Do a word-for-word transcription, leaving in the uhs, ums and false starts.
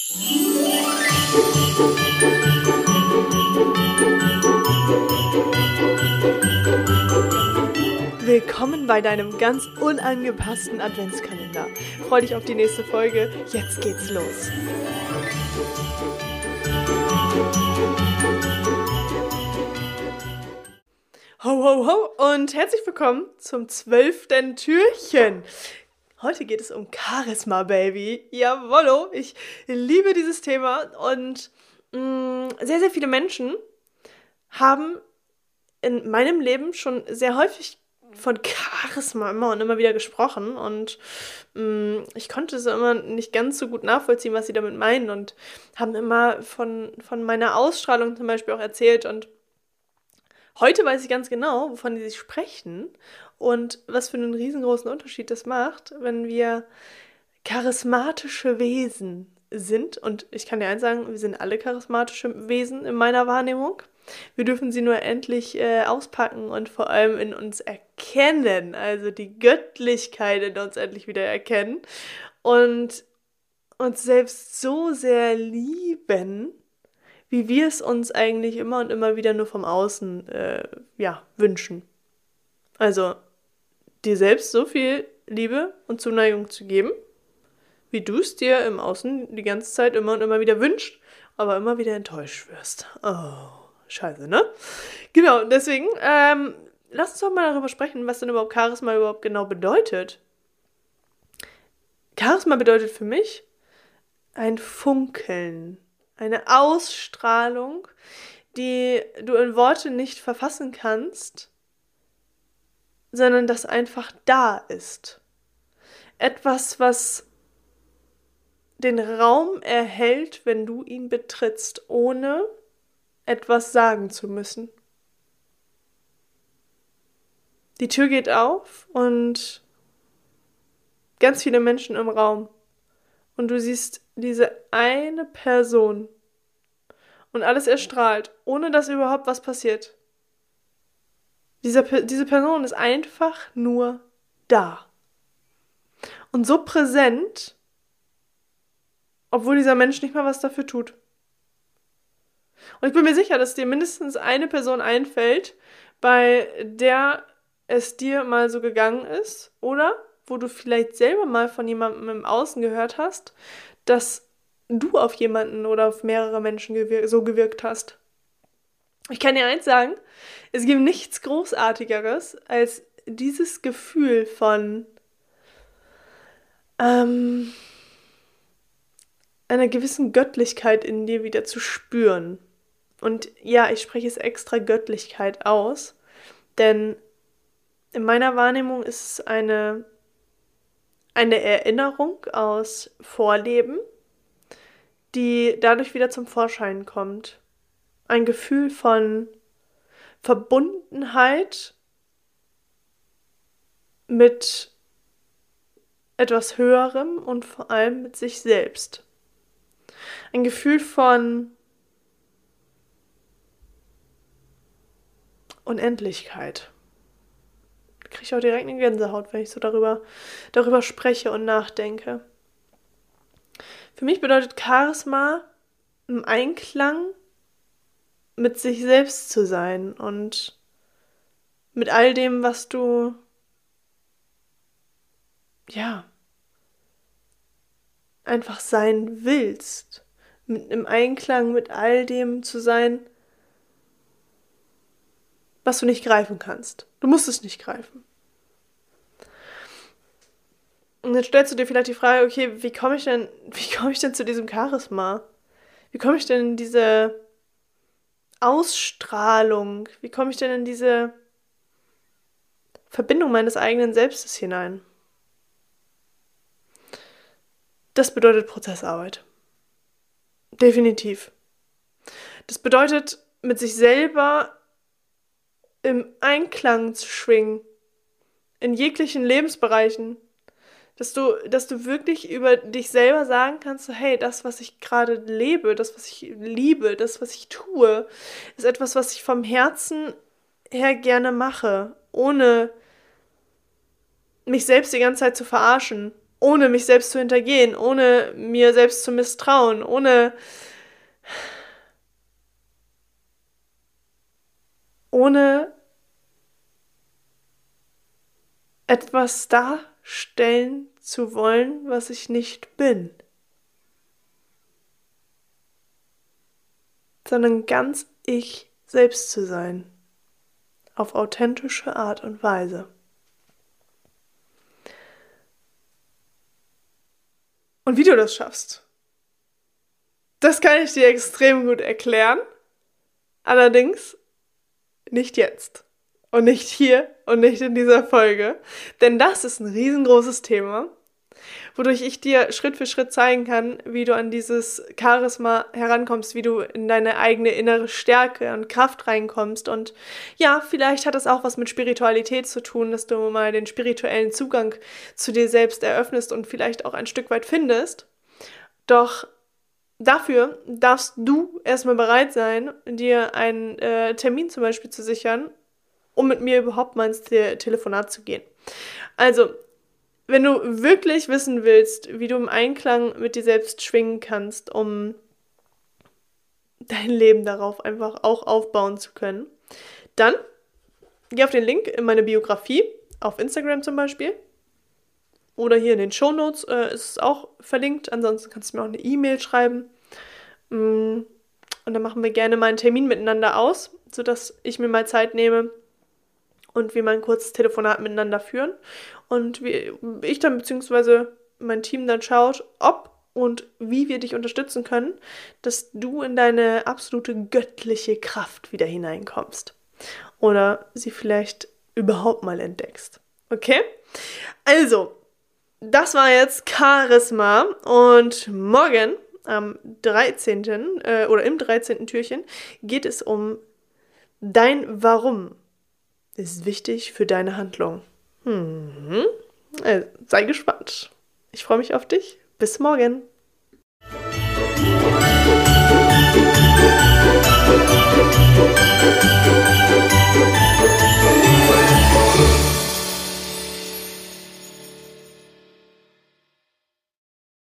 Willkommen bei deinem ganz unangepassten Adventskalender. Freu dich auf die nächste Folge. Jetzt geht's los. Ho, ho, ho und herzlich willkommen zum zwölften Türchen. Heute geht es um Charisma, Baby. Jawollo, ich liebe dieses Thema und mh, sehr, sehr viele Menschen haben in meinem Leben schon sehr häufig von Charisma immer und immer wieder gesprochen und mh, ich konnte es immer nicht ganz so gut nachvollziehen, was sie damit meinen und haben immer von, von meiner Ausstrahlung zum Beispiel auch erzählt und heute weiß ich ganz genau, wovon sie sprechen und was für einen riesengroßen Unterschied das macht, wenn wir charismatische Wesen sind und ich kann dir eins sagen, wir sind alle charismatische Wesen in meiner Wahrnehmung. Wir dürfen sie nur endlich äh, auspacken und vor allem in uns erkennen, also die Göttlichkeit in uns endlich wieder erkennen und uns selbst so sehr lieben, wie wir es uns eigentlich immer und immer wieder nur vom Außen äh, ja, wünschen. Also dir selbst so viel Liebe und Zuneigung zu geben, wie du es dir im Außen die ganze Zeit immer und immer wieder wünschst, aber immer wieder enttäuscht wirst. Oh. Scheiße, ne? Genau, deswegen, ähm, lass uns doch mal darüber sprechen, was denn überhaupt Charisma überhaupt genau bedeutet. Charisma bedeutet für mich ein Funkeln, eine Ausstrahlung, die du in Worte nicht verfassen kannst, sondern das einfach da ist. Etwas, was den Raum erhält, wenn du ihn betrittst, ohne etwas sagen zu müssen. Die Tür geht auf und ganz viele Menschen im Raum. Und du siehst diese eine Person und alles erstrahlt, ohne dass überhaupt was passiert. Diese, diese Person ist einfach nur da. Und so präsent, obwohl dieser Mensch nicht mal was dafür tut. Und ich bin mir sicher, dass dir mindestens eine Person einfällt, bei der es dir mal so gegangen ist oder wo du vielleicht selber mal von jemandem im Außen gehört hast, dass du auf jemanden oder auf mehrere Menschen gewir- so gewirkt hast. Ich kann dir eins sagen, es gibt nichts Großartigeres als dieses Gefühl von ähm, einer gewissen Göttlichkeit in dir wieder zu spüren. Und ja, ich spreche es extra Göttlichkeit aus, denn in meiner Wahrnehmung ist es eine, eine Erinnerung aus Vorleben, die dadurch wieder zum Vorschein kommt. Ein Gefühl von Verbundenheit mit etwas Höherem und vor allem mit sich selbst. Ein Gefühl von Unendlichkeit. Ich kriege auch direkt eine Gänsehaut, wenn ich so darüber, darüber spreche und nachdenke. Für mich bedeutet Charisma im Einklang mit sich selbst zu sein und mit all dem, was du ja einfach sein willst. Mit, im Einklang mit all dem zu sein, was du nicht greifen kannst. Du musst es nicht greifen. Und jetzt stellst du dir vielleicht die Frage, okay, wie komme ich denn, wie komme ich denn zu diesem Charisma? Wie komme ich denn in diese Ausstrahlung? Wie komme ich denn in diese Verbindung meines eigenen Selbstes hinein? Das bedeutet Prozessarbeit. Definitiv. Das bedeutet, mit sich selber im Einklang zu schwingen, in jeglichen Lebensbereichen, dass du, dass du wirklich über dich selber sagen kannst, so, hey, das, was ich gerade lebe, das, was ich liebe, das, was ich tue, ist etwas, was ich vom Herzen her gerne mache, ohne mich selbst die ganze Zeit zu verarschen, ohne mich selbst zu hintergehen, ohne mir selbst zu misstrauen, ohne, ohne etwas darstellen zu wollen, was ich nicht bin, sondern ganz ich selbst zu sein, auf authentische Art und Weise. Und wie du das schaffst, das kann ich dir extrem gut erklären, allerdings nicht jetzt und nicht hier und nicht in dieser Folge, denn das ist ein riesengroßes Thema, wodurch ich dir Schritt für Schritt zeigen kann, wie du an dieses Charisma herankommst, wie du in deine eigene innere Stärke und Kraft reinkommst. Und ja, vielleicht hat das auch was mit Spiritualität zu tun, dass du mal den spirituellen Zugang zu dir selbst eröffnest und vielleicht auch ein Stück weit findest. Doch dafür darfst du erstmal bereit sein, dir einen äh, Termin zum Beispiel zu sichern, um mit mir überhaupt mal ins Te- Telefonat zu gehen. Also, wenn du wirklich wissen willst, wie du im Einklang mit dir selbst schwingen kannst, um dein Leben darauf einfach auch aufbauen zu können, dann geh auf den Link in meine Biografie, auf Instagram zum Beispiel, oder hier in den Shownotes äh, ist es auch verlinkt. Ansonsten kannst du mir auch eine E-Mail schreiben. Und dann machen wir gerne mal einen Termin miteinander aus, sodass ich mir mal Zeit nehme und wir mal ein kurzes Telefonat miteinander führen. Und wie ich dann beziehungsweise mein Team dann schaut, ob und wie wir dich unterstützen können, dass du in deine absolute göttliche Kraft wieder hineinkommst. Oder sie vielleicht überhaupt mal entdeckst. Okay? Also, das war jetzt Charisma und morgen am dreizehnten Äh, oder im dreizehnten Türchen geht es um dein Warum ist wichtig für deine Handlung. Mhm. Also, sei gespannt. Ich freue mich auf dich. Bis morgen. Musik